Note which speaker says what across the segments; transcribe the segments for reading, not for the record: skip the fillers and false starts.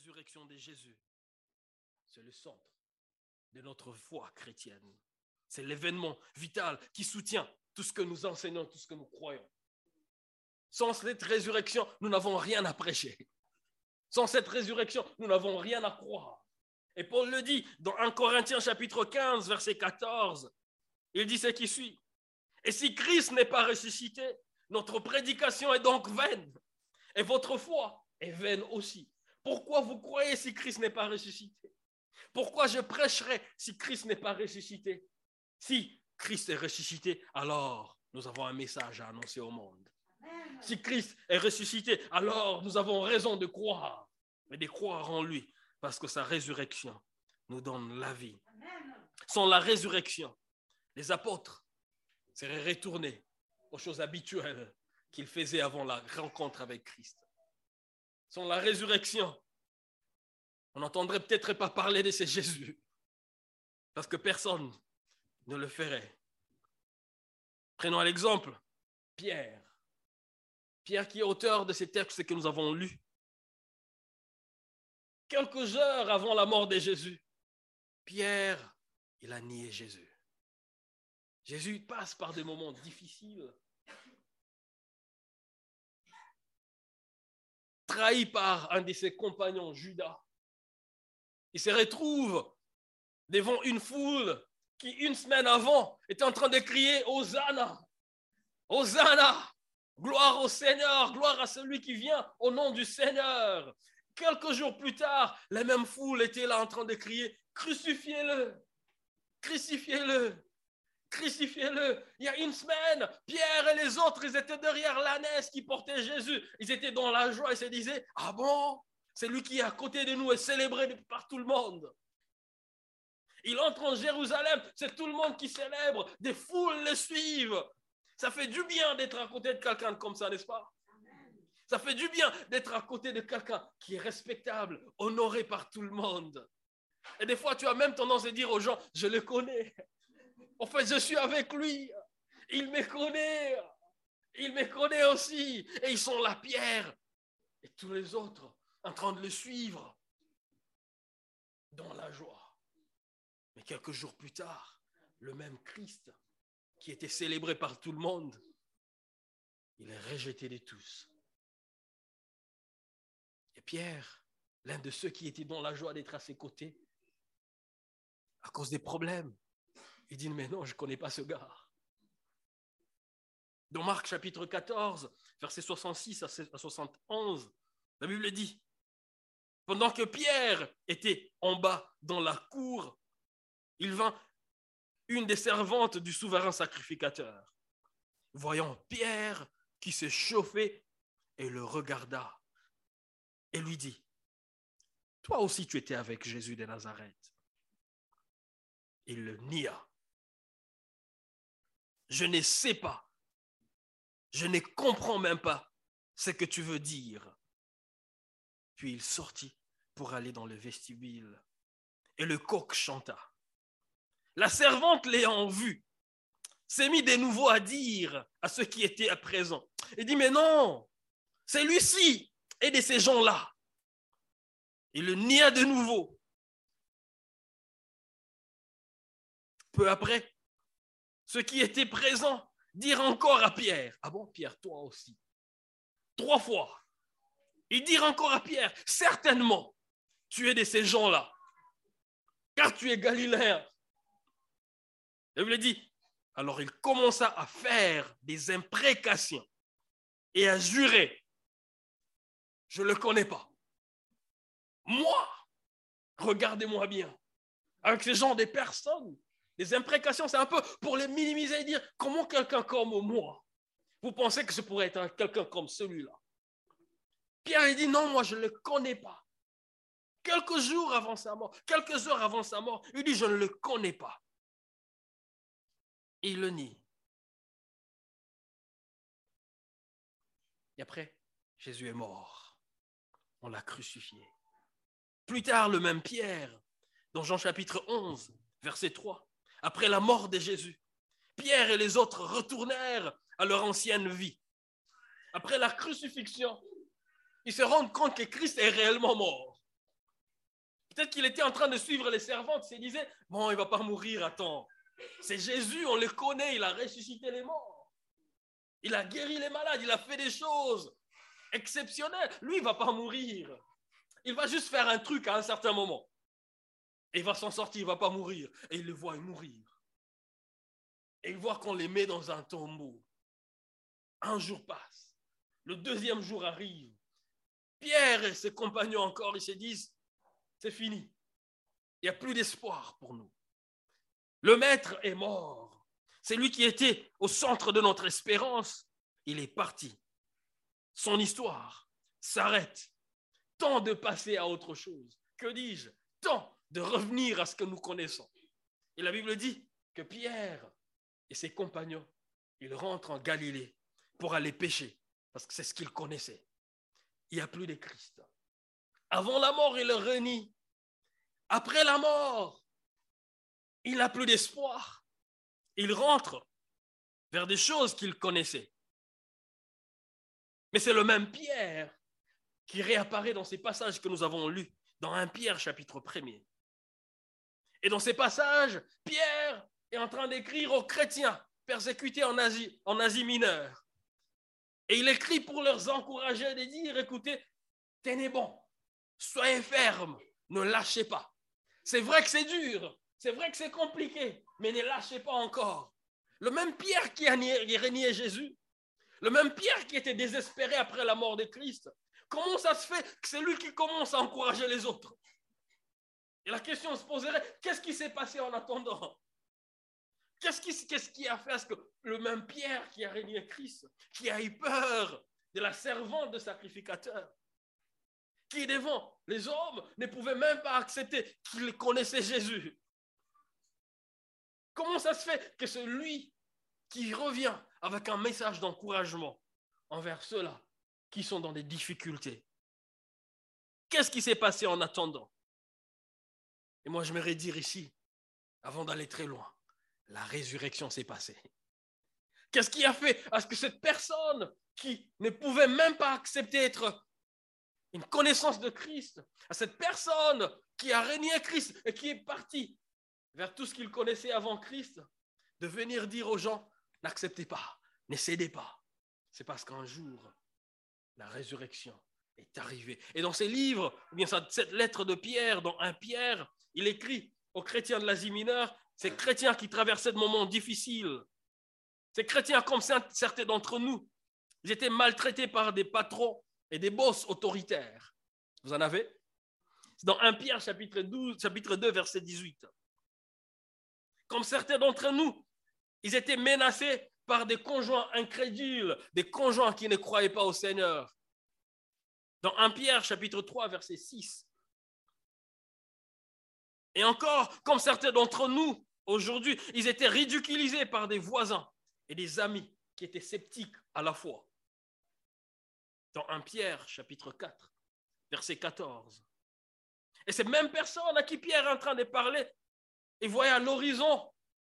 Speaker 1: résurrection de Jésus, c'est le centre de notre foi chrétienne. C'est l'événement vital qui soutient tout ce que nous enseignons, tout ce que nous croyons. Sans cette résurrection, nous n'avons rien à prêcher. Sans cette résurrection, nous n'avons rien à croire. Et Paul le dit dans 1 Corinthiens chapitre 15, verset 14. Il dit ce qui suit. Et si Christ n'est pas ressuscité, notre prédication est donc vaine. Et votre foi est vaine aussi. Pourquoi vous croyez si Christ n'est pas ressuscité? Pourquoi je prêcherai si Christ n'est pas ressuscité? Si Christ est ressuscité, alors nous avons un message à annoncer au monde. Si Christ est ressuscité, alors nous avons raison de croire, mais de croire en lui, parce que sa résurrection nous donne la vie. Sans la résurrection, les apôtres seraient retournés aux choses habituelles qu'ils faisaient avant la rencontre avec Christ. Sans la résurrection, on n'entendrait peut-être pas parler de ce Jésus, parce que personne ne le ferait. Prenons l'exemple, Pierre. Pierre qui est auteur de ces textes que nous avons lus. Quelques heures avant la mort de Jésus, Pierre, il a nié Jésus. Jésus passe par des moments difficiles. Trahi par un de ses compagnons, Judas. Il se retrouve devant une foule qui, une semaine avant, était en train de crier « Hosanna ! Hosanna ! Gloire au Seigneur, gloire à celui qui vient au nom du Seigneur !» Quelques jours plus tard, la même foule était là en train de crier « Crucifiez-le! Crucifiez-le! Crucifiez-le !» Il y a une semaine, Pierre et les autres, ils étaient derrière l'ânesse qui portait Jésus. Ils étaient dans la joie et se disaient « Ah bon? C'est lui qui est à côté de nous et célébré par tout le monde. » Il entre en Jérusalem, c'est tout le monde qui célèbre, des foules le suivent. Ça fait du bien d'être à côté de quelqu'un comme ça, n'est-ce pas? Ça fait du bien d'être à côté de quelqu'un qui est respectable, honoré par tout le monde. Et des fois, tu as même tendance à dire aux gens, je le connais. En fait, je suis avec lui. Il me connaît. Il me connaît aussi. Et ils sont là, Pierre et tous les autres, en train de le suivre dans la joie. Mais quelques jours plus tard, le même Christ qui était célébré par tout le monde, il est rejeté de tous. Et Pierre, l'un de ceux qui étaient dans la joie d'être à ses côtés, à cause des problèmes, il dit, mais non, je ne connais pas ce gars. Dans Marc chapitre 14, versets 66 à 71, la Bible dit, pendant que Pierre était en bas dans la cour, il vint une des servantes du souverain sacrificateur. Voyant Pierre qui se chauffait, elle le regarda et lui dit, toi aussi tu étais avec Jésus de Nazareth. Il le nia. Je ne sais pas, je ne comprends même pas ce que tu veux dire. Puis il sortit pour aller dans le vestibule et le coq chanta. La servante l'ayant vu, s'est mis de nouveau à dire à ceux qui étaient à présent. Il dit, mais non, c'est lui-ci et de ces gens-là. Il le nia de nouveau. Peu après, ceux qui étaient présents dirent encore à Pierre, ah bon Pierre, toi aussi, 3 fois. Ils dirent encore à Pierre, certainement, tu es de ces gens-là, car tu es galiléen. La Bible dit, alors il commença à faire des imprécations et à jurer, je ne le connais pas. Moi, regardez-moi bien, avec ce genre de personnes, des imprécations, c'est un peu pour les minimiser et dire, comment quelqu'un comme moi, vous pensez que je pourrais être quelqu'un comme celui-là? Pierre, il dit, non, moi, je ne le connais pas. Quelques jours avant sa mort, quelques heures avant sa mort, il dit, je ne le connais pas. Et il le nie. Et après, Jésus est mort. On l'a crucifié. Plus tard, le même Pierre, dans Jean chapitre 11, verset 3, après la mort de Jésus, Pierre et les autres retournèrent à leur ancienne vie. Après la crucifixion, ils se rendent compte que Christ est réellement mort. Peut-être qu'il était en train de suivre les servantes. Il disait, bon, il ne va pas mourir, attends. C'est Jésus, on le connaît, il a ressuscité les morts. Il a guéri les malades, il a fait des choses exceptionnelles. Lui, il ne va pas mourir. Il va juste faire un truc à un certain moment. Et il va s'en sortir, il ne va pas mourir. Et il le voit mourir. Et il voit qu'on les met dans un tombeau. Un jour passe. Le deuxième jour arrive. Pierre et ses compagnons encore, ils se disent, c'est fini. Il n'y a plus d'espoir pour nous. Le maître est mort. C'est lui qui était au centre de notre espérance. Il est parti. Son histoire s'arrête. Temps de passer à autre chose. Que dis-je? Temps de revenir à ce que nous connaissons. Et la Bible dit que Pierre et ses compagnons, ils rentrent en Galilée pour aller pêcher, parce que c'est ce qu'ils connaissaient. Il n'y a plus de Christ. Avant la mort, il le renie. Après la mort, il n'a plus d'espoir. Il rentre vers des choses qu'il connaissait. Mais c'est le même Pierre qui réapparaît dans ces passages que nous avons lus, dans 1 Pierre chapitre 1er. Et dans ces passages, Pierre est en train d'écrire aux chrétiens persécutés en Asie mineure. Et il écrit pour leur encourager et dire, écoutez, tenez bon, soyez fermes, ne lâchez pas. C'est vrai que c'est dur, c'est vrai que c'est compliqué, mais ne lâchez pas encore. Le même Pierre qui a renié Jésus, le même Pierre qui était désespéré après la mort de Christ, comment ça se fait que c'est lui qui commence à encourager les autres? Et la question se poserait, qu'est-ce qui s'est passé en attendant? Qu'est-ce qui a fait à ce que le même Pierre qui a renié Christ, qui a eu peur de la servante de sacrificateur, qui devant les hommes ne pouvait même pas accepter qu'il connaissait Jésus? Comment ça se fait que c'est lui qui revient avec un message d'encouragement envers ceux-là qui sont dans des difficultés? Qu'est-ce qui s'est passé en attendant? Et moi, je m'aimerais dire ici, avant d'aller très loin, la résurrection s'est passée. Qu'est-ce qui a fait à ce que cette personne qui ne pouvait même pas accepter d'être une connaissance de Christ, à cette personne qui a renié Christ et qui est partie vers tout ce qu'il connaissait avant Christ, de venir dire aux gens, n'acceptez pas, ne cédez pas. C'est parce qu'un jour, la résurrection est arrivée. Et dans ces livres, ou bien cette lettre de Pierre, dans 1 Pierre, il écrit aux chrétiens de l'Asie mineure, ces chrétiens qui traversaient de moments difficiles, ces chrétiens comme certains d'entre nous, ils étaient maltraités par des patrons et des boss autoritaires. Vous en avez? C'est dans 1 Pierre chapitre 2, verset 18. Comme certains d'entre nous, ils étaient menacés par des conjoints incrédules, des conjoints qui ne croyaient pas au Seigneur. Dans 1 Pierre chapitre 3, verset 6. Et encore, comme certains d'entre nous, aujourd'hui, ils étaient ridiculisés par des voisins et des amis qui étaient sceptiques à la foi. Dans 1 Pierre, chapitre 4, verset 14. Et ces mêmes personnes à qui Pierre est en train de parler, ils voyaient à l'horizon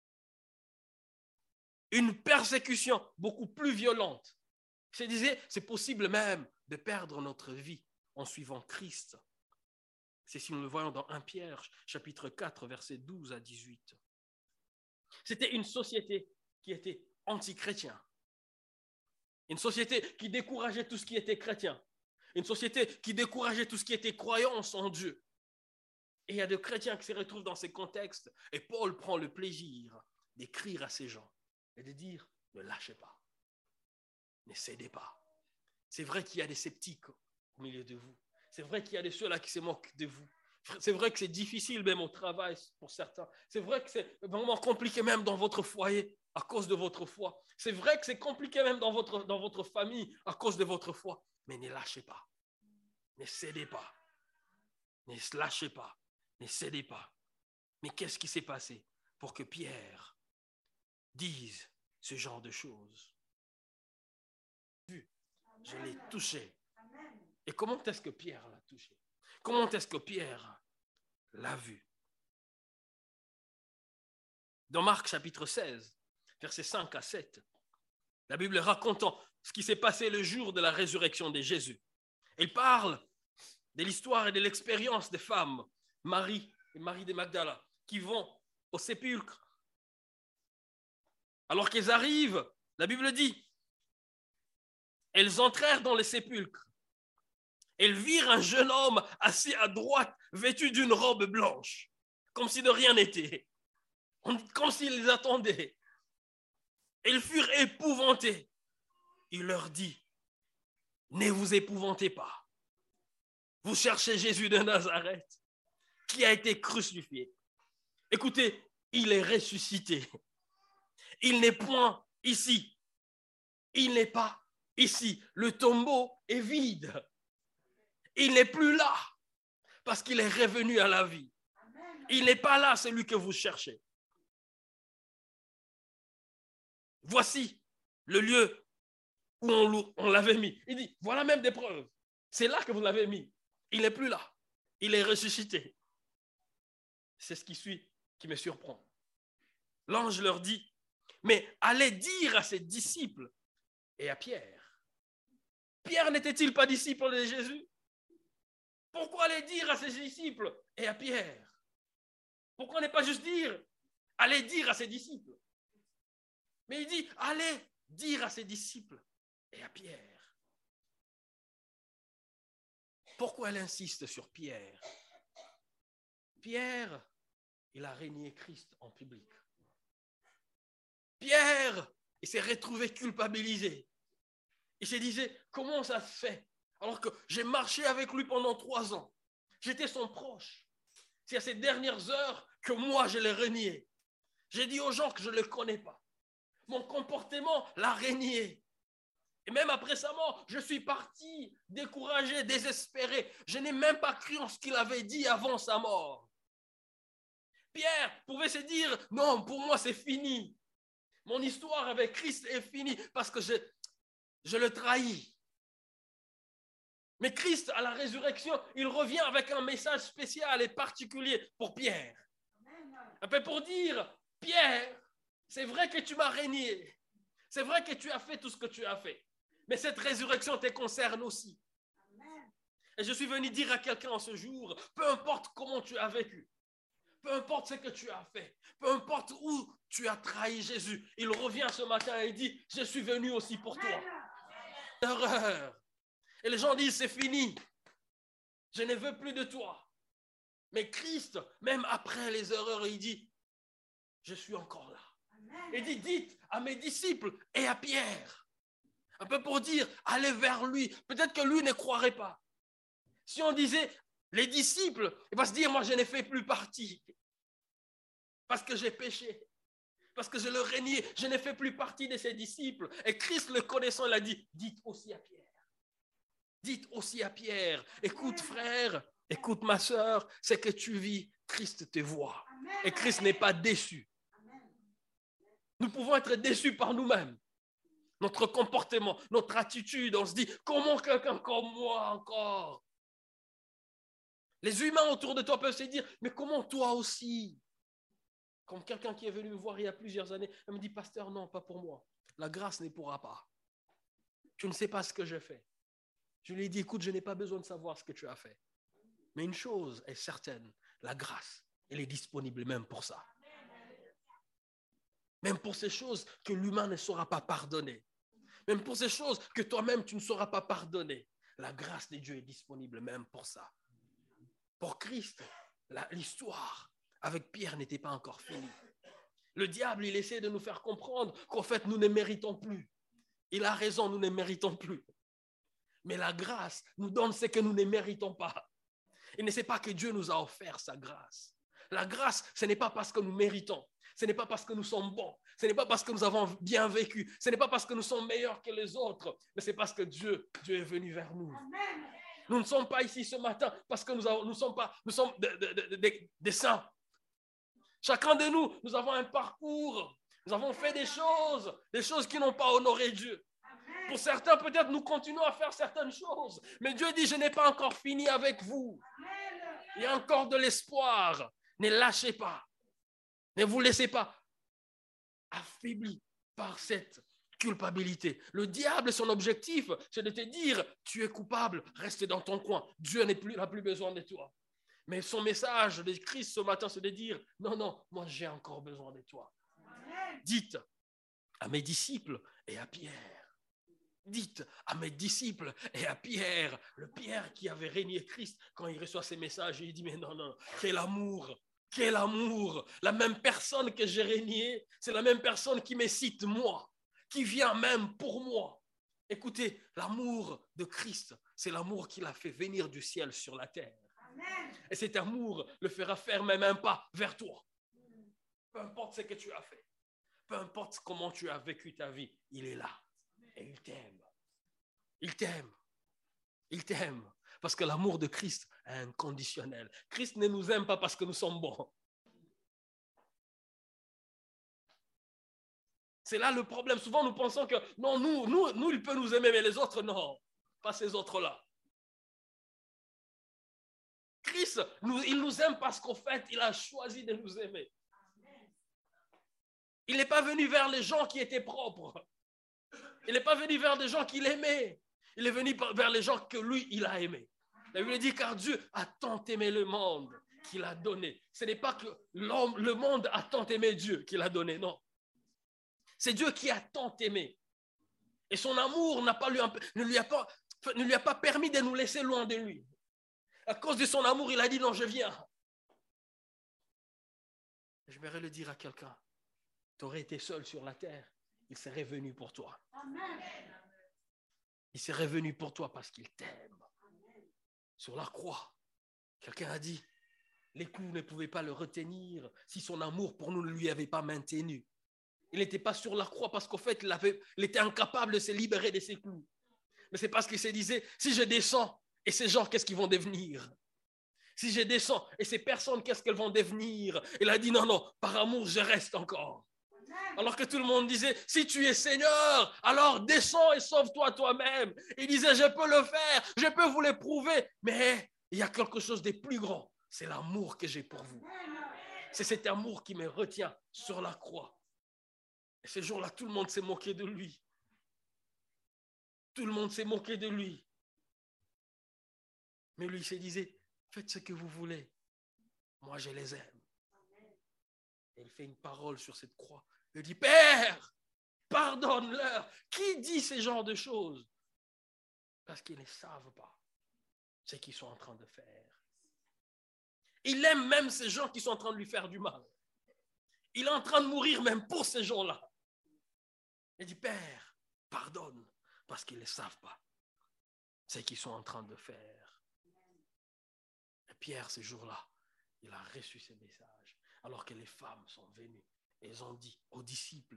Speaker 1: une persécution beaucoup plus violente. Ils se disaient, c'est possible même de perdre notre vie en suivant Christ. C'est si nous le voyons dans 1 Pierre, chapitre 4, versets 12 à 18. C'était une société qui était anti-chrétienne. Une société qui décourageait tout ce qui était chrétien. Une société qui décourageait tout ce qui était croyance en Dieu. Et il y a des chrétiens qui se retrouvent dans ces contextes. Et Paul prend le plaisir d'écrire à ces gens et de dire, ne lâchez pas. Ne cédez pas. C'est vrai qu'il y a des sceptiques au milieu de vous. C'est vrai qu'il y a des ceux-là qui se moquent de vous. C'est vrai que c'est difficile même au travail pour certains. C'est vrai que c'est vraiment compliqué même dans votre foyer à cause de votre foi. C'est vrai que c'est compliqué même dans votre famille à cause de votre foi. Mais ne lâchez pas. Ne cédez pas. Ne lâchez pas. Ne cédez pas. Mais qu'est-ce qui s'est passé pour que Pierre dise ce genre de choses? Je l'ai touché. Et comment est-ce que Pierre l'a touché? Comment est-ce que Pierre l'a vu? Dans Marc chapitre 16, versets 5 à 7, la Bible racontant ce qui s'est passé le jour de la résurrection de Jésus. Elle parle de l'histoire et de l'expérience des femmes Marie et Marie de Magdala, qui vont au sépulcre. Alors qu'elles arrivent, la Bible dit, elles entrèrent dans le sépulcre. Elles virent un jeune homme assis à droite, vêtu d'une robe blanche, comme si de rien n'était, comme s'il les attendait. Elles furent épouvantées. Il leur dit, ne vous épouvantez pas. Vous cherchez Jésus de Nazareth, qui a été crucifié. Écoutez, il est ressuscité. Il n'est point ici. Il n'est pas ici. Le tombeau est vide. Il n'est plus là parce qu'il est revenu à la vie. Il n'est pas là, celui que vous cherchez. Voici le lieu où on l'avait mis. Il dit, voilà même des preuves. C'est là que vous l'avez mis. Il n'est plus là. Il est ressuscité. C'est ce qui suit qui me surprend. L'ange leur dit, mais allez dire à ses disciples et à Pierre. Pierre n'était-il pas disciple de Jésus? Pourquoi aller dire à ses disciples et à Pierre? Pourquoi ne pas juste dire, allez dire à ses disciples? Mais il dit, allez dire à ses disciples et à Pierre. Pourquoi elle insiste sur Pierre? Pierre, il a régné Christ en public. Pierre, il s'est retrouvé culpabilisé. Il se disait, comment ça se fait? Alors que j'ai marché avec lui pendant 3 ans. J'étais son proche. C'est à ces dernières heures que moi, je l'ai renié. J'ai dit aux gens que je ne le connais pas. Mon comportement l'a renié. Et même après sa mort, je suis parti découragé, désespéré. Je n'ai même pas cru en ce qu'il avait dit avant sa mort. Pierre pouvait se dire, non, pour moi, c'est fini. Mon histoire avec Christ est finie parce que je le trahis. Mais Christ, à la résurrection, il revient avec un message spécial et particulier pour Pierre. Un peu pour dire, Pierre, c'est vrai que tu m'as régné. C'est vrai que tu as fait tout ce que tu as fait. Mais cette résurrection te concerne aussi. Et je suis venu dire à quelqu'un en ce jour, peu importe comment tu as vécu, peu importe ce que tu as fait, peu importe où tu as trahi Jésus, il revient ce matin et dit, je suis venu aussi pour toi. Erreur. Et les gens disent, c'est fini. Je ne veux plus de toi. Mais Christ, même après les erreurs, il dit, je suis encore là. Il dit, dites à mes disciples et à Pierre. Un peu pour dire, allez vers lui. Peut-être que lui ne croirait pas. Si on disait, les disciples, il va se dire, moi je n'ai fait plus partie. Parce que j'ai péché. Parce que je le renié. Je n'ai fait plus partie de ses disciples. Et Christ, le connaissant, il a dit, dites aussi à Pierre. Dites aussi à Pierre, écoute frère, écoute ma soeur, c'est que tu vis, Christ te voit. Et Christ n'est pas déçu. Nous pouvons être déçus par nous-mêmes. Notre comportement, notre attitude, on se dit, comment quelqu'un comme moi encore? Les humains autour de toi peuvent se dire, mais comment toi aussi? Comme quelqu'un qui est venu me voir il y a plusieurs années, elle me dit, pasteur, non, pas pour moi. La grâce ne pourra pas. Tu ne sais pas ce que j'ai fait. Je lui ai dit, écoute, je n'ai pas besoin de savoir ce que tu as fait. Mais une chose est certaine, la grâce, elle est disponible même pour ça. Même pour ces choses que l'humain ne saura pas pardonner. Même pour ces choses que toi-même tu ne sauras pas pardonner. La grâce de Dieu est disponible même pour ça. Pour Christ, l'histoire avec Pierre n'était pas encore finie. Le diable, il essaie de nous faire comprendre qu'en fait, nous ne méritons plus. Il a raison, nous ne méritons plus. Mais la grâce nous donne ce que nous ne méritons pas. Il ne sait pas que Dieu nous a offert sa grâce. La grâce, ce n'est pas parce que nous méritons. Ce n'est pas parce que nous sommes bons. Ce n'est pas parce que nous avons bien vécu. Ce n'est pas parce que nous sommes meilleurs que les autres. Mais c'est parce que Dieu est venu vers nous. Amen. Nous ne sommes pas ici ce matin parce que nous sommes des saints. Chacun de nous, nous avons un parcours. Nous avons fait des choses qui n'ont pas honoré Dieu. Pour certains, peut-être, nous continuons à faire certaines choses. Mais Dieu dit, je n'ai pas encore fini avec vous. Il y a encore de l'espoir. Ne lâchez pas. Ne vous laissez pas affaiblir par cette culpabilité. Le diable, son objectif, c'est de te dire, tu es coupable, reste dans ton coin. Dieu n'a plus besoin de toi. Mais son message de Christ ce matin, c'est de dire, non, non, moi j'ai encore besoin de toi. Dites à mes disciples et à Pierre. Dites à mes disciples et à Pierre, le Pierre qui avait régné Christ, quand il reçoit ces messages, il dit, mais non, non, quel amour, quel amour. La même personne que j'ai régné, c'est la même personne qui me cite moi, qui vient même pour moi. Écoutez, l'amour de Christ, c'est l'amour qu'il a fait venir du ciel sur la terre. Amen. Et cet amour le fera faire même un pas vers toi. Peu importe ce que tu as fait, peu importe comment tu as vécu ta vie, il est là. Et il t'aime. Il t'aime. Il t'aime. Parce que l'amour de Christ est inconditionnel. Christ ne nous aime pas parce que nous sommes bons. C'est là le problème. Souvent, nous pensons que non, nous, il peut nous aimer, mais les autres, non. Pas ces autres-là. Christ, il nous aime parce qu'au fait, il a choisi de nous aimer. Il n'est pas venu vers les gens qui étaient propres. Il n'est pas venu vers des gens qu'il aimait. Il est venu vers les gens que lui, il a aimés. La Bible dit, car Dieu a tant aimé le monde qu'il a donné. Ce n'est pas que le monde a tant aimé Dieu qu'il a donné, non. C'est Dieu qui a tant aimé. Et son amour ne lui a pas permis de nous laisser loin de lui. À cause de son amour, il a dit, non, je viens. Je vais le dire à quelqu'un, tu aurais été seul sur la terre, il serait venu pour toi. Amen. Il serait venu pour toi parce qu'il t'aime. Sur la croix, quelqu'un a dit, les clous ne pouvaient pas le retenir si son amour pour nous ne lui avait pas maintenu. Il n'était pas sur la croix parce qu'au fait, il était incapable de se libérer de ses clous. Mais c'est parce qu'il se disait, si je descends, et ces gens, qu'est-ce qu'ils vont devenir? Si je descends, et ces personnes, qu'est-ce qu'elles vont devenir? Il a dit, non, non, par amour, je reste encore. Alors que tout le monde disait, si tu es Seigneur, alors descends et sauve-toi toi-même. Il disait, je peux le faire, je peux vous le prouver. Mais il y a quelque chose de plus grand. C'est l'amour que j'ai pour vous. C'est cet amour qui me retient sur la croix. Et ce jour-là, tout le monde s'est moqué de lui. Tout le monde s'est moqué de lui. Mais lui, il se disait, faites ce que vous voulez. Moi, je les aime. Et il fait une parole sur cette croix. Il dit, Père, pardonne-leur. Qui dit ce genre de choses? Parce qu'ils ne savent pas ce qu'ils sont en train de faire. Il aime même ces gens qui sont en train de lui faire du mal. Il est en train de mourir même pour ces gens-là. Il dit, Père, pardonne, parce qu'ils ne savent pas ce qu'ils sont en train de faire. Et Pierre, ce jour-là, il a reçu ces messages, alors que les femmes sont venues. Et elles ont dit aux disciples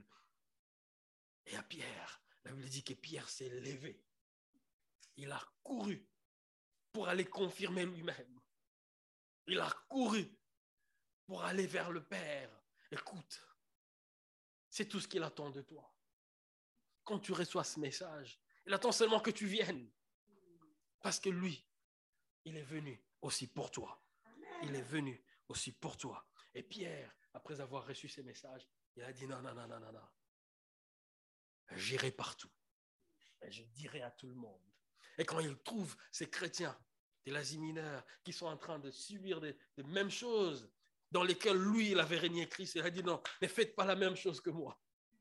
Speaker 1: et à Pierre, la Bible dit que Pierre s'est levé. Il a couru pour aller confirmer lui-même. Il a couru pour aller vers le Père. Écoute, c'est tout ce qu'il attend de toi. Quand tu reçois ce message, il attend seulement que tu viennes. Parce que lui, il est venu aussi pour toi. Il est venu aussi pour toi. Et Pierre, après avoir reçu ces messages, il a dit non, non, non, non, non, non. J'irai partout. Et je dirai à tout le monde. Et quand il trouve ces chrétiens de l'Asie mineure qui sont en train de subir des mêmes choses dans lesquelles lui, il avait régné Christ, il a dit non, ne faites pas la même chose que moi.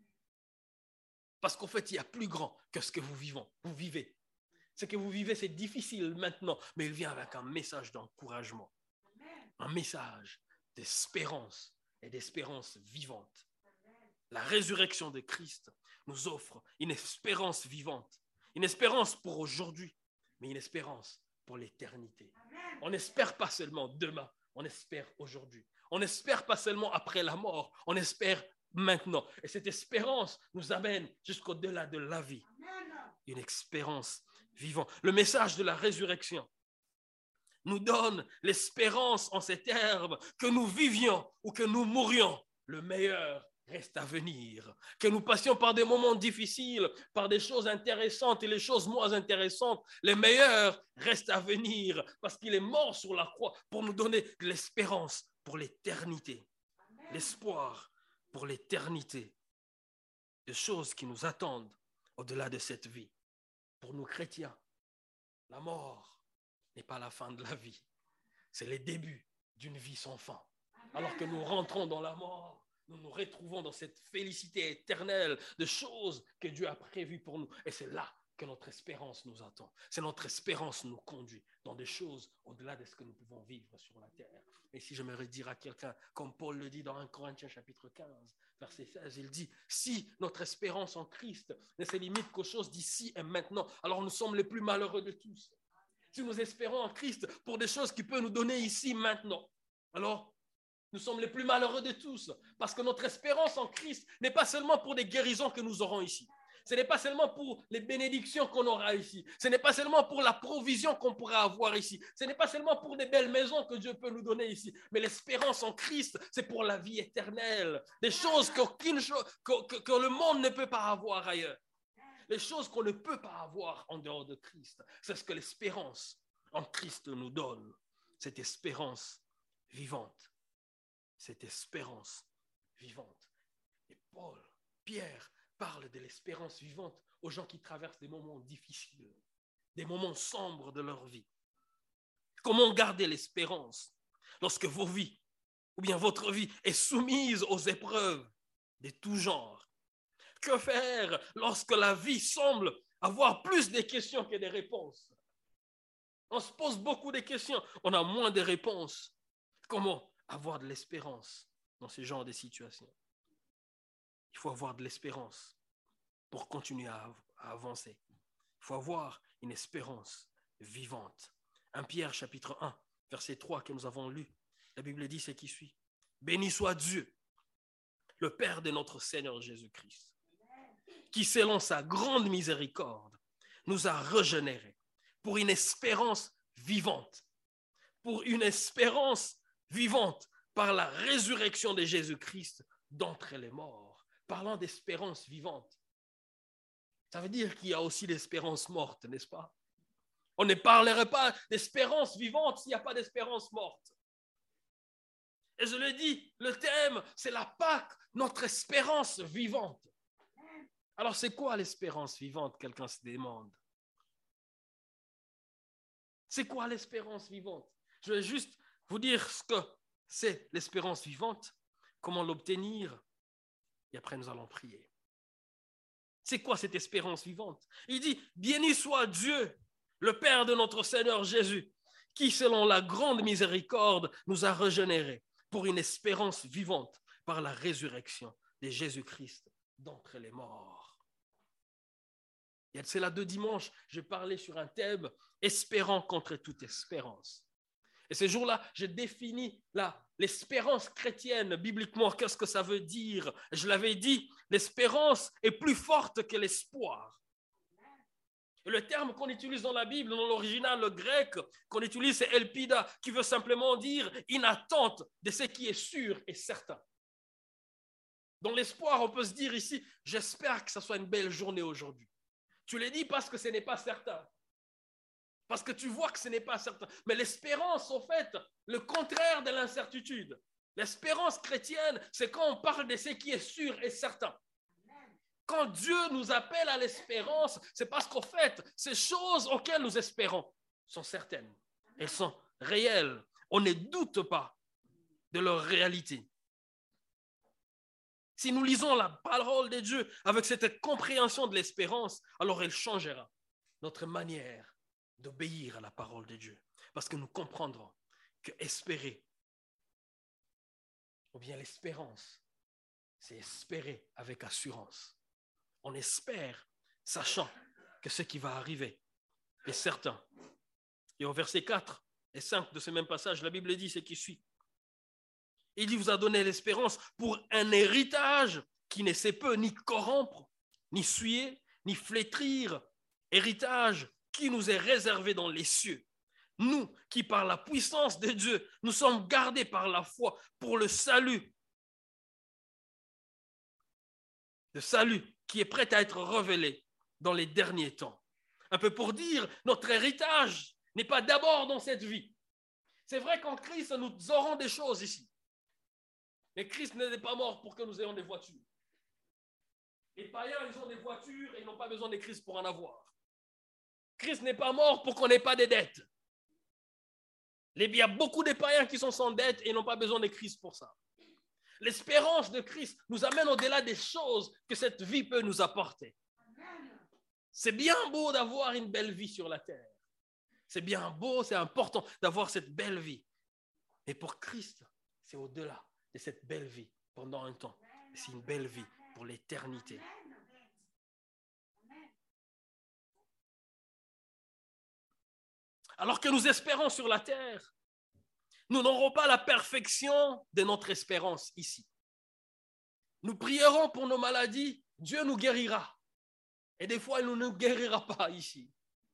Speaker 1: Parce qu'en fait, il y a plus grand que ce que vous vivez. Ce que vous vivez, c'est difficile maintenant, mais il vient avec un message d'encouragement, un message d'espérance et d'espérance vivante. La résurrection de Christ nous offre une espérance vivante, une espérance pour aujourd'hui, mais une espérance pour l'éternité. On n'espère pas seulement demain, on espère aujourd'hui. On n'espère pas seulement après la mort, on espère maintenant. Et cette espérance nous amène jusqu'au-delà de la vie. Une espérance vivante. Le message de la résurrection nous donne l'espérance en ces termes que nous vivions ou que nous mourions. Le meilleur reste à venir. Que nous passions par des moments difficiles, par des choses intéressantes et les choses moins intéressantes, le meilleur reste à venir parce qu'il est mort sur la croix pour nous donner de l'espérance pour l'éternité. L'espoir pour l'éternité. Des choses qui nous attendent au-delà de cette vie. Pour nous chrétiens, la mort n'est pas la fin de la vie. c'est les débuts d'une vie sans fin. Alors que nous rentrons dans la mort, nous nous retrouvons dans cette félicité éternelle de choses que Dieu a prévues pour nous. Et c'est là que notre espérance nous attend. C'est notre espérance nous conduit dans des choses au-delà de ce que nous pouvons vivre sur la terre. Et si j'aimerais dire à quelqu'un, comme Paul le dit dans 1 Corinthiens chapitre 15, verset 16, il dit, si notre espérance en Christ ne se limite qu'aux choses d'ici et maintenant, alors nous sommes les plus malheureux de tous. Si nous espérons en Christ pour des choses qu'il peut nous donner ici, maintenant, alors nous sommes les plus malheureux de tous. Parce que notre espérance en Christ n'est pas seulement pour des guérisons que nous aurons ici. Ce n'est pas seulement pour les bénédictions qu'on aura ici. Ce n'est pas seulement pour la provision qu'on pourra avoir ici. Ce n'est pas seulement pour des belles maisons que Dieu peut nous donner ici. Mais l'espérance en Christ, c'est pour la vie éternelle. Des choses que le monde ne peut pas avoir ailleurs. Les choses qu'on ne peut pas avoir en dehors de Christ. C'est ce que l'espérance en Christ nous donne. Cette espérance vivante. Cette espérance vivante. Et Pierre parle de l'espérance vivante aux gens qui traversent des moments difficiles, des moments sombres de leur vie. Comment garder l'espérance lorsque vos vies, ou bien votre vie, est soumise aux épreuves de tout genre? Que faire lorsque la vie semble avoir plus de questions que des réponses? On se pose beaucoup de questions, on a moins de réponses. Comment avoir de l'espérance dans ce genre de situations? Il faut avoir de l'espérance pour continuer à avancer. Il faut avoir une espérance vivante. 1 Pierre chapitre 1, verset 3 que nous avons lu, la Bible dit ce qui suit. Béni soit Dieu, le Père de notre Seigneur Jésus-Christ, qui selon sa grande miséricorde nous a régénérés pour une espérance vivante. Pour une espérance vivante par la résurrection de Jésus-Christ d'entre les morts. Parlant d'espérance vivante, ça veut dire qu'il y a aussi l'espérance morte, n'est-ce pas? On ne parlerait pas d'espérance vivante s'il n'y a pas d'espérance morte. Et je le dis, le thème, c'est la Pâque, notre espérance vivante. Alors, c'est quoi l'espérance vivante? Quelqu'un se demande. C'est quoi l'espérance vivante? Je vais juste vous dire ce que c'est l'espérance vivante, comment l'obtenir, et après nous allons prier. C'est quoi cette espérance vivante? Il dit, béni soit Dieu, le Père de notre Seigneur Jésus, qui, selon la grande miséricorde, nous a régénérés pour une espérance vivante par la résurrection de Jésus-Christ d'entre les morts. Et c'est là 2 dimanches, j'ai parlé sur un thème, espérant contre toute espérance. Et ce jour-là, j'ai défini l'espérance chrétienne, bibliquement, qu'est-ce que ça veut dire? Je l'avais dit, l'espérance est plus forte que l'espoir. Et le terme qu'on utilise dans la Bible, dans l'original, le grec, qu'on utilise, c'est elpida, qui veut simplement dire une attente de ce qui est sûr et certain. Dans l'espoir, on peut se dire ici, j'espère que ce soit une belle journée aujourd'hui. Tu l'as dit parce que ce n'est pas certain. Parce que tu vois que ce n'est pas certain. Mais l'espérance, en fait, le contraire de l'incertitude. L'espérance chrétienne, c'est quand on parle de ce qui est sûr et certain. Quand Dieu nous appelle à l'espérance, c'est parce qu'en fait, ces choses auxquelles nous espérons sont certaines. Elles sont réelles. On ne doute pas de leur réalité. Si nous lisons la parole de Dieu avec cette compréhension de l'espérance, alors elle changera notre manière d'obéir à la parole de Dieu. Parce que nous comprendrons que espérer, ou bien l'espérance, c'est espérer avec assurance. On espère, sachant que ce qui va arriver est certain. Et au verset 4 et 5 de ce même passage, la Bible dit ce qui suit. Il dit, vous a donné l'espérance pour un héritage qui ne sait peu ni corrompre, ni souiller, ni flétrir. Héritage qui nous est réservé dans les cieux. Nous qui, par la puissance de Dieu, nous sommes gardés par la foi pour le salut. Le salut qui est prêt à être révélé dans les derniers temps. Un peu pour dire, notre héritage n'est pas d'abord dans cette vie. C'est vrai qu'en Christ, nous aurons des choses ici. Mais Christ n'est pas mort pour que nous ayons des voitures. Les païens, ils ont des voitures et ils n'ont pas besoin de Christ pour en avoir. Christ n'est pas mort pour qu'on n'ait pas de dettes. Il y a beaucoup de païens qui sont sans dette et n'ont pas besoin de Christ pour ça. L'espérance de Christ nous amène au-delà des choses que cette vie peut nous apporter. C'est bien beau d'avoir une belle vie sur la terre. C'est bien beau, c'est important d'avoir cette belle vie. Mais pour Christ, c'est au-delà de cette belle vie pendant un temps. C'est une belle vie pour l'éternité. Alors que nous espérons sur la terre, nous n'aurons pas la perfection de notre espérance ici. Nous prierons pour nos maladies, Dieu nous guérira. Et des fois, il ne nous guérira pas ici.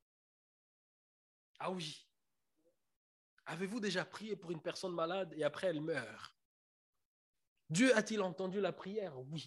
Speaker 1: Ah oui. Avez-vous déjà prié pour une personne malade et après elle meurt? Dieu a-t-il entendu la prière? Oui.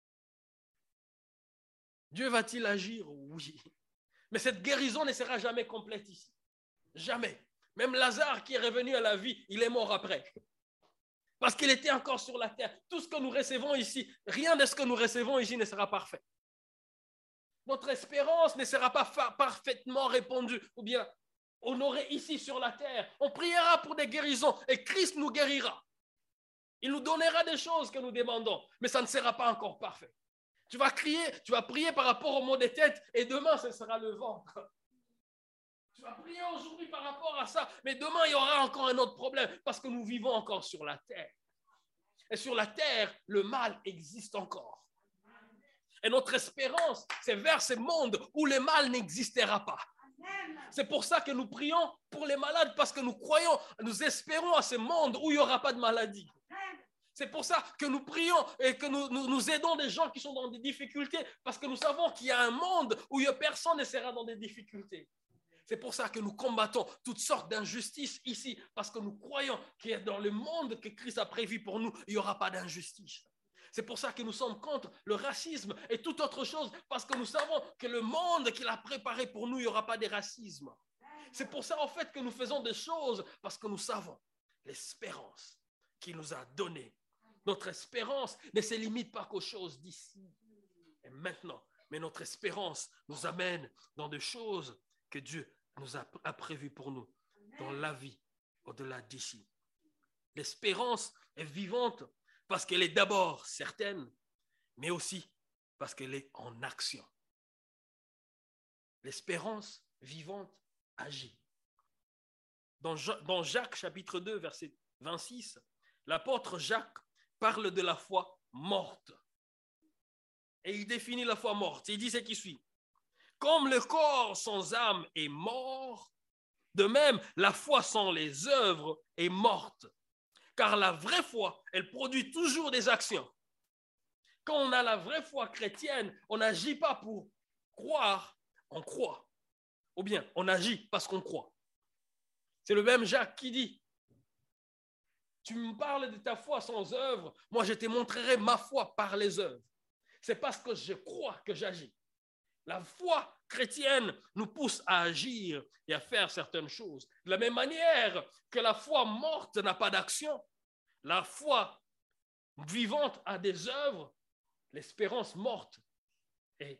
Speaker 1: Dieu va-t-il agir? Oui. Mais cette guérison ne sera jamais complète ici. Jamais. Même Lazare qui est revenu à la vie, il est mort après. Parce qu'il était encore sur la terre. Tout ce que nous recevons ici, rien de ce que nous recevons ici ne sera parfait. Notre espérance ne sera pas parfaitement répondue ou bien honorée ici sur la terre. On priera pour des guérisons et Christ nous guérira. Il nous donnera des choses que nous demandons, mais ça ne sera pas encore parfait. Tu vas crier, tu vas prier par rapport au mot des têtes et demain, ce sera le ventre. Tu vas prier aujourd'hui par rapport à ça, mais demain, il y aura encore un autre problème parce que nous vivons encore sur la terre. Et sur la terre, le mal existe encore. Et notre espérance, c'est vers ce monde où le mal n'existera pas. C'est pour ça que nous prions pour les malades parce que nous croyons, nous espérons à ce monde où il n'y aura pas de maladie. C'est pour ça que nous prions et que nous aidons des gens qui sont dans des difficultés parce que nous savons qu'il y a un monde où personne ne sera dans des difficultés. C'est pour ça que nous combattons toutes sortes d'injustices ici parce que nous croyons qu'il y a dans le monde que Christ a prévu pour nous, il n'y aura pas d'injustice. C'est pour ça que nous sommes contre le racisme et toute autre chose parce que nous savons que le monde qu'il a préparé pour nous, il n'y aura pas de racisme. C'est pour ça en fait que nous faisons des choses parce que nous savons l'espérance qu'il nous a donnée. Notre espérance ne se limite pas qu'aux choses d'ici et maintenant, mais notre espérance nous amène dans des choses que Dieu nous a prévues pour nous, dans la vie au-delà d'ici. L'espérance est vivante parce qu'elle est d'abord certaine, mais aussi parce qu'elle est en action. L'espérance vivante agit. Dans Jacques chapitre 2, verset 26, l'apôtre Jacques parle de la foi morte. Et il définit la foi morte. Il dit ce qui suit. Comme le corps sans âme est mort, de même, la foi sans les œuvres est morte. Car la vraie foi, elle produit toujours des actions. Quand on a la vraie foi chrétienne, on n'agit pas pour croire, on croit. Ou bien, on agit parce qu'on croit. C'est le même Jacques qui dit, tu me parles de ta foi sans œuvre, moi je te montrerai ma foi par les œuvres. C'est parce que je crois que j'agis. La foi chrétienne nous pousse à agir et à faire certaines choses. De la même manière que la foi morte n'a pas d'action, la foi vivante a des œuvres, l'espérance morte est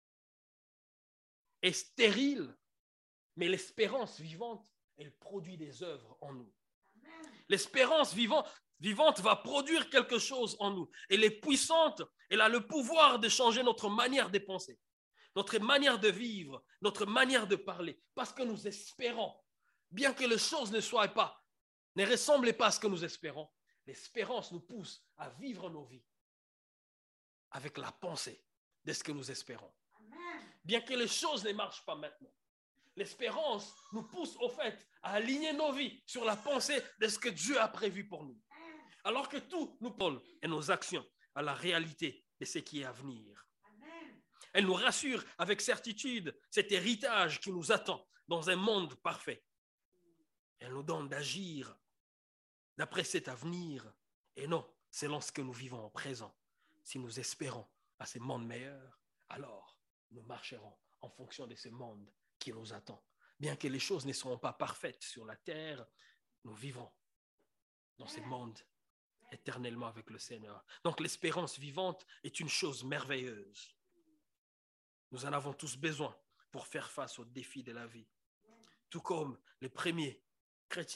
Speaker 1: stérile, mais l'espérance vivante, elle produit des œuvres en nous. L'espérance vivante va produire quelque chose en nous. Elle est puissante, elle a le pouvoir de changer notre manière de penser, notre manière de vivre, notre manière de parler, parce que nous espérons, bien que les choses ne ressemblent pas à ce que nous espérons. L'espérance nous pousse à vivre nos vies avec la pensée de ce que nous espérons. Bien que les choses ne marchent pas maintenant, l'espérance nous pousse au fait à aligner nos vies sur la pensée de ce que Dieu a prévu pour nous. Alors que tout nous parle et nos actions à la réalité de ce qui est à venir. Elle nous rassure avec certitude cet héritage qui nous attend dans un monde parfait. Elle nous donne d'agir d'après cet avenir et non selon ce que nous vivons en présent. Si nous espérons à ce monde meilleur, alors nous marcherons en fonction de ce monde qui nous attend. Bien que les choses ne seront pas parfaites sur la terre, nous vivrons dans ce monde éternellement avec le Seigneur. Donc l'espérance vivante est une chose merveilleuse. Nous en avons tous besoin pour faire face aux défis de la vie. Tout comme les premiers chrétiens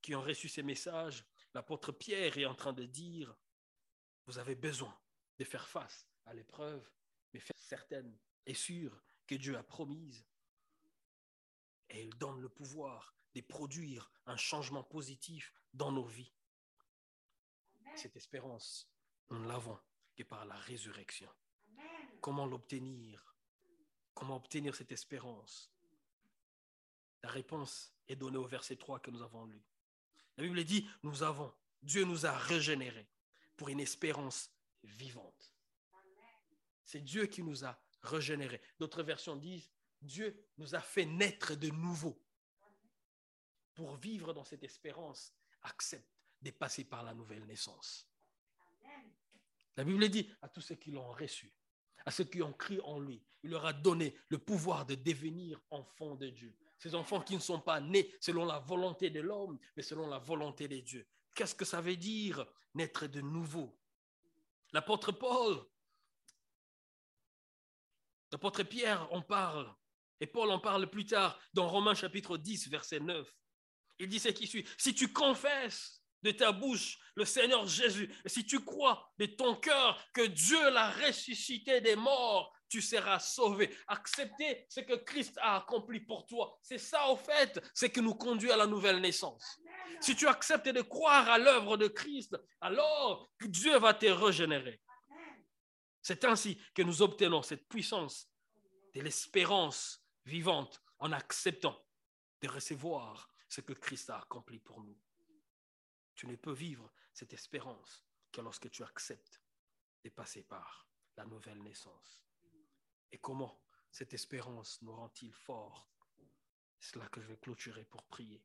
Speaker 1: qui ont reçu ces messages, l'apôtre Pierre est en train de dire, vous avez besoin de faire face à l'épreuve, mais faire certaine et sûre que Dieu a promise. Et il donne le pouvoir de produire un changement positif dans nos vies. Cette espérance, nous ne l'avons que par la résurrection. Comment l'obtenir? Comment obtenir cette espérance? La réponse est donnée au verset 3 que nous avons lu. La Bible dit, Dieu nous a régénérés pour une espérance vivante. C'est Dieu qui nous a régénérés. D'autres versions disent, Dieu nous a fait naître de nouveau. Pour vivre dans cette espérance, accepte de passer par la nouvelle naissance. La Bible dit à tous ceux qui l'ont reçu, à ceux qui ont cru en lui, il leur a donné le pouvoir de devenir enfants de Dieu. Ces enfants qui ne sont pas nés selon la volonté de l'homme, mais selon la volonté de Dieu. Qu'est-ce que ça veut dire, naître de nouveau? L'apôtre Pierre en parle, et Paul en parle plus tard dans Romains chapitre 10, verset 9. Il dit ce qui suit, si tu confesses de ta bouche le Seigneur Jésus, et si tu crois de ton cœur que Dieu l'a ressuscité des morts, tu seras sauvé. Accepter ce que Christ a accompli pour toi. C'est ça, au fait, ce qui nous conduit à la nouvelle naissance. Si tu acceptes de croire à l'œuvre de Christ, alors Dieu va te régénérer. C'est ainsi que nous obtenons cette puissance de l'espérance vivante en acceptant de recevoir ce que Christ a accompli pour nous. Tu ne peux vivre cette espérance que lorsque tu acceptes de passer par la nouvelle naissance. Et comment cette espérance nous rend-il forts? C'est là que je vais clôturer pour prier.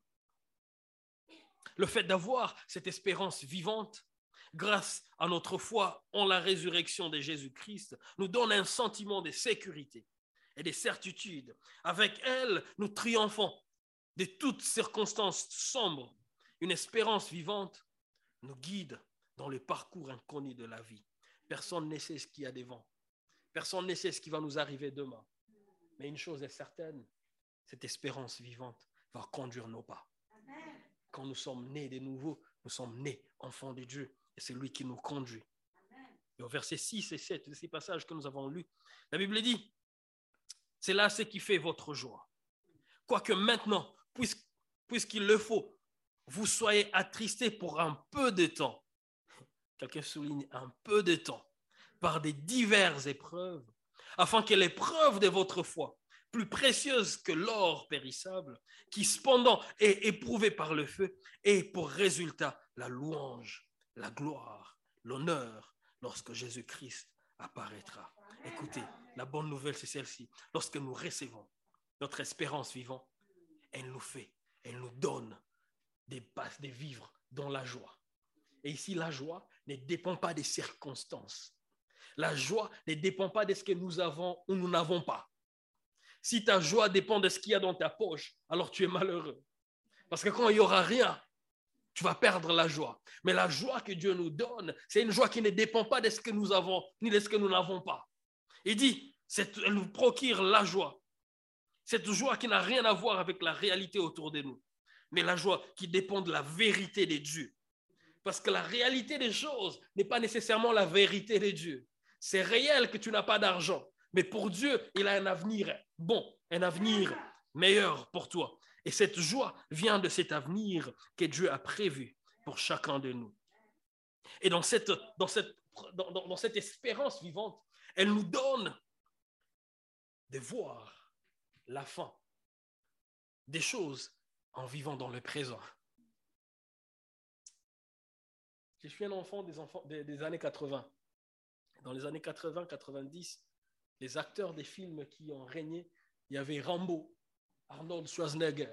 Speaker 1: Le fait d'avoir cette espérance vivante, grâce à notre foi en la résurrection de Jésus-Christ, nous donne un sentiment de sécurité et de certitude. Avec elle, nous triomphons de toutes circonstances sombres. Une espérance vivante nous guide dans le parcours inconnu de la vie. Personne ne sait ce qu'il y a devant. Personne ne sait ce qui va nous arriver demain. Mais une chose est certaine, cette espérance vivante va conduire nos pas. Quand nous sommes nés de nouveau, nous sommes nés enfants de Dieu. Et c'est lui qui nous conduit. Et au verset 6 et 7 de ces passages que nous avons lus, la Bible dit, c'est là ce qui fait votre joie. Quoique maintenant, puisqu'il le faut, vous soyez attristés pour un peu de temps. Quelqu'un souligne un peu de temps, par des diverses épreuves, afin que l'épreuve de votre foi, plus précieuse que l'or périssable, qui cependant est éprouvée par le feu, ait pour résultat la louange, la gloire, l'honneur, lorsque Jésus-Christ apparaîtra. Écoutez, la bonne nouvelle, c'est celle-ci. Lorsque nous recevons notre espérance vivante, elle nous donne de vivre dans la joie. Et ici, la joie ne dépend pas des circonstances. La joie ne dépend pas de ce que nous avons ou nous n'avons pas. Si ta joie dépend de ce qu'il y a dans ta poche, alors tu es malheureux. Parce que quand il n'y aura rien, tu vas perdre la joie. Mais la joie que Dieu nous donne, c'est une joie qui ne dépend pas de ce que nous avons, ni de ce que nous n'avons pas. Il dit, elle nous procure la joie. Cette joie qui n'a rien à voir avec la réalité autour de nous, mais la joie qui dépend de la vérité de Dieu. Parce que la réalité des choses n'est pas nécessairement la vérité de Dieu. C'est réel que tu n'as pas d'argent, mais pour Dieu, il a un avenir bon, un avenir meilleur pour toi. Et cette joie vient de cet avenir que Dieu a prévu pour chacun de nous. Et dans cette espérance vivante, elle nous donne de voir la fin des choses en vivant dans le présent. Je suis un enfant des années 80. Dans les années 80-90, les acteurs des films qui ont régné, il y avait Rambo, Arnold Schwarzenegger.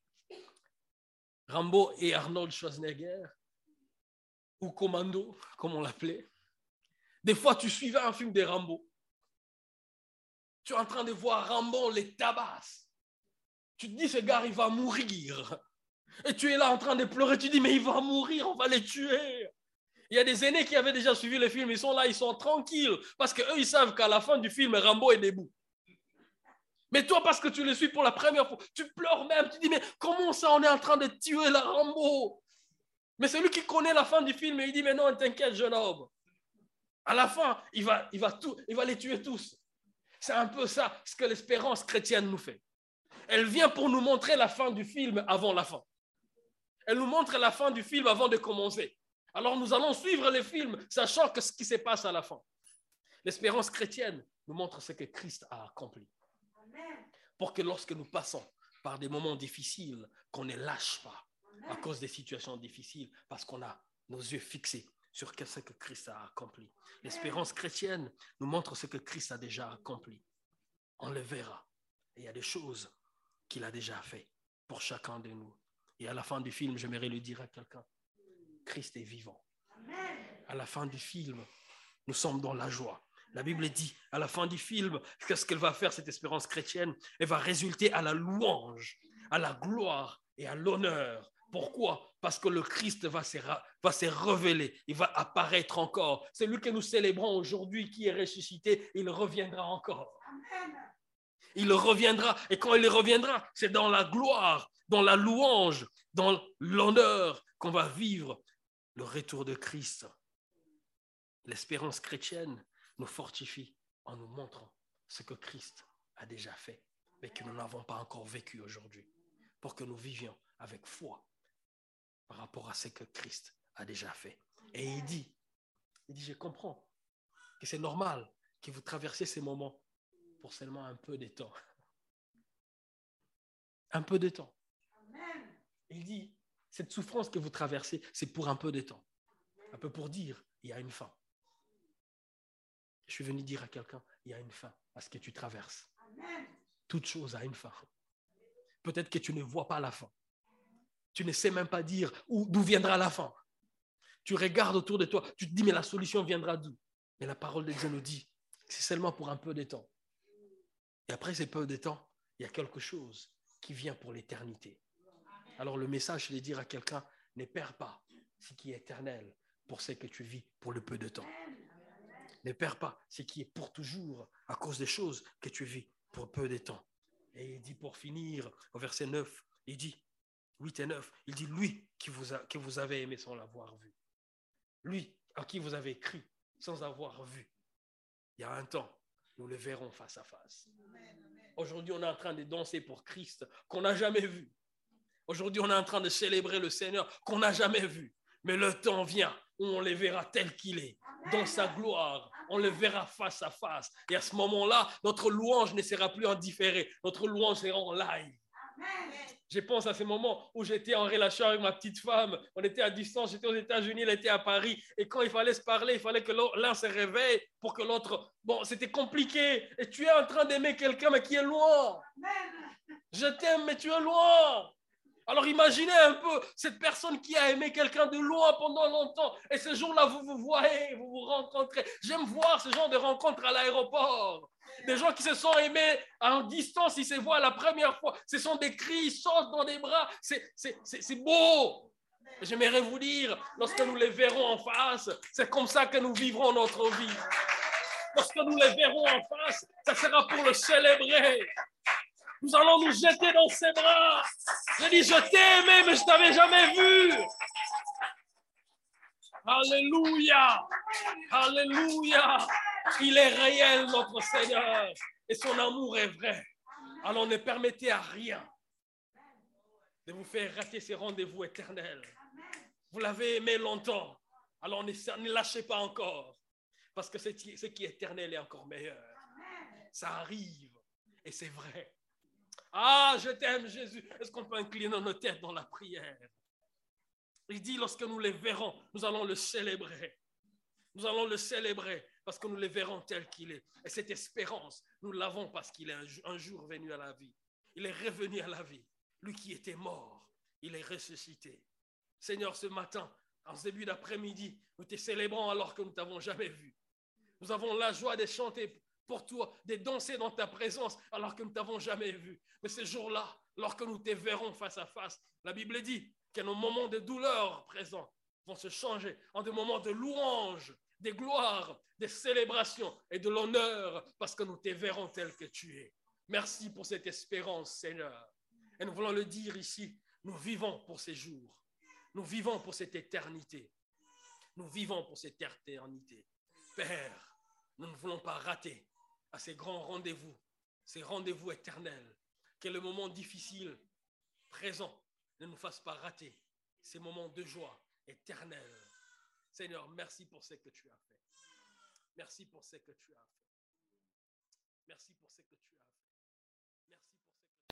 Speaker 1: Rambo et Arnold Schwarzenegger, ou Commando, comme on l'appelait. Des fois, tu suivais un film de Rambo. Tu es en train de voir Rambo les tabasse. Tu te dis, ce gars, il va mourir. Et tu es là en train de pleurer. Tu dis, mais il va mourir, on va les tuer. Il y a des aînés qui avaient déjà suivi le film. Ils sont là, ils sont tranquilles. Parce qu'eux, ils savent qu'à la fin du film, Rambo est debout. Mais toi, parce que tu le suis pour la première fois, tu pleures même, tu dis, mais comment ça, on est en train de tuer la Rambo? Mais celui qui connaît la fin du film, il dit, mais non, t'inquiète, jeune homme. À la fin, il va les tuer tous. C'est un peu ça, ce que l'espérance chrétienne nous fait. Elle vient pour nous montrer la fin du film avant la fin. Elle nous montre la fin du film avant de commencer. Alors nous allons suivre les films, sachant que ce qui se passe à la fin. L'espérance chrétienne nous montre ce que Christ a accompli. Pour que lorsque nous passons par des moments difficiles, qu'on ne lâche pas à cause des situations difficiles, parce qu'on a nos yeux fixés sur ce que Christ a accompli. L'espérance chrétienne nous montre ce que Christ a déjà accompli. On le verra. Et il y a des choses qu'il a déjà fait pour chacun de nous. Et à la fin du film, j'aimerais le dire à quelqu'un, Christ est vivant. À la fin du film, nous sommes dans la joie. La Bible dit, à la fin du film, qu'est-ce qu'elle va faire, cette espérance chrétienne? Elle va résulter à la louange, à la gloire et à l'honneur. Pourquoi? Parce que le Christ va se révéler, il va apparaître encore. Celui que nous célébrons aujourd'hui, qui est ressuscité, il reviendra encore. Il reviendra, et quand il reviendra, c'est dans la gloire, dans la louange, dans l'honneur qu'on va vivre le retour de Christ. L'espérance chrétienne nous fortifie en nous montrant ce que Christ a déjà fait, mais que nous n'avons pas encore vécu aujourd'hui, pour que nous vivions avec foi par rapport à ce que Christ a déjà fait. Et il dit, je comprends que c'est normal que vous traversiez ces moments pour seulement un peu de temps. Un peu de temps. Il dit, cette souffrance que vous traversez, c'est pour un peu de temps. Un peu pour dire, il y a une fin. Je suis venu dire à quelqu'un, il y a une fin à ce que tu traverses. Toute chose a une fin. Peut-être que tu ne vois pas la fin. Tu ne sais même pas dire d'où viendra la fin. Tu regardes autour de toi, tu te dis, mais la solution viendra d'où? Mais la parole de Dieu nous dit, c'est seulement pour un peu de temps. Et après ces peu de temps, il y a quelque chose qui vient pour l'éternité. Alors le message, c'est de dire à quelqu'un, ne perds pas ce qui est éternel pour ce que tu vis pour le peu de temps. Ne perds pas ce qui est pour toujours à cause des choses que tu vis pour peu de temps. Et il dit pour finir, au verset 9, il dit, 8 et 9, il dit, lui que vous avez aimé sans l'avoir vu. Lui à qui vous avez écrit sans avoir vu. Il y a un temps, nous le verrons face à face. Aujourd'hui, on est en train de danser pour Christ qu'on n'a jamais vu. Aujourd'hui, on est en train de célébrer le Seigneur qu'on n'a jamais vu. Mais le temps vient où on le verra tel qu'il est, dans sa gloire. On le verra face à face. Et à ce moment-là, notre louange ne sera plus en différé. Notre louange sera en live. Je pense à ces moments où j'étais en relation avec ma petite femme. On était à distance, j'étais aux États-Unis, elle était à Paris. Et quand il fallait se parler, il fallait que l'un se réveille pour que l'autre... Bon, c'était compliqué. Et tu es en train d'aimer quelqu'un, mais qui est loin. Je t'aime, mais tu es loin. Alors imaginez un peu cette personne qui a aimé quelqu'un de loin pendant longtemps et ce jour-là, vous vous voyez, vous vous rencontrez. J'aime voir ce genre de rencontres à l'aéroport. Des gens qui se sont aimés en distance, ils se voient la première fois. Ce sont des cris, ils sautent dans les bras. C'est beau. J'aimerais vous dire, lorsque nous les verrons en face, c'est comme ça que nous vivrons notre vie. Lorsque nous les verrons en face, ça sera pour le célébrer. Nous allons nous jeter dans ses bras. Je dis, je t'ai aimé, mais je ne t'avais jamais vu. Alléluia. Alléluia. Il est réel, notre Seigneur. Et son amour est vrai. Alors ne permettez à rien de vous faire rater ces rendez-vous éternels. Vous l'avez aimé longtemps. Alors ne lâchez pas encore. Parce que ce qui est éternel est encore meilleur. Ça arrive. Et c'est vrai. Ah, je t'aime, Jésus. Est-ce qu'on peut incliner nos têtes dans la prière? Il dit, lorsque nous les verrons, nous allons le célébrer. Nous allons le célébrer parce que nous le verrons tel qu'il est. Et cette espérance, nous l'avons parce qu'il est un jour venu à la vie. Il est revenu à la vie. Lui qui était mort, il est ressuscité. Seigneur, ce matin, en ce début d'après-midi, nous te célébrons alors que nous ne t'avons jamais vu. Nous avons la joie de chanter pour toi, de danser dans ta présence alors que nous ne t'avons jamais vu. Mais ce jour-là, lorsque nous te verrons face à face, la Bible dit que nos moments de douleur présents vont se changer en des moments de louange, de gloire, de célébration et de l'honneur parce que nous te verrons tel que tu es. Merci pour cette espérance, Seigneur. Et nous voulons le dire ici, nous vivons pour ces jours. Nous vivons pour cette éternité. Nous vivons pour cette éternité. Père, nous ne voulons pas rater à ces grands rendez-vous, ces rendez-vous éternels. Que le moment difficile présent ne nous fasse pas rater ces moments de joie éternelle. Seigneur, merci pour ce que tu as fait. Merci pour ce que tu as fait. Merci pour ce que tu as fait. Merci.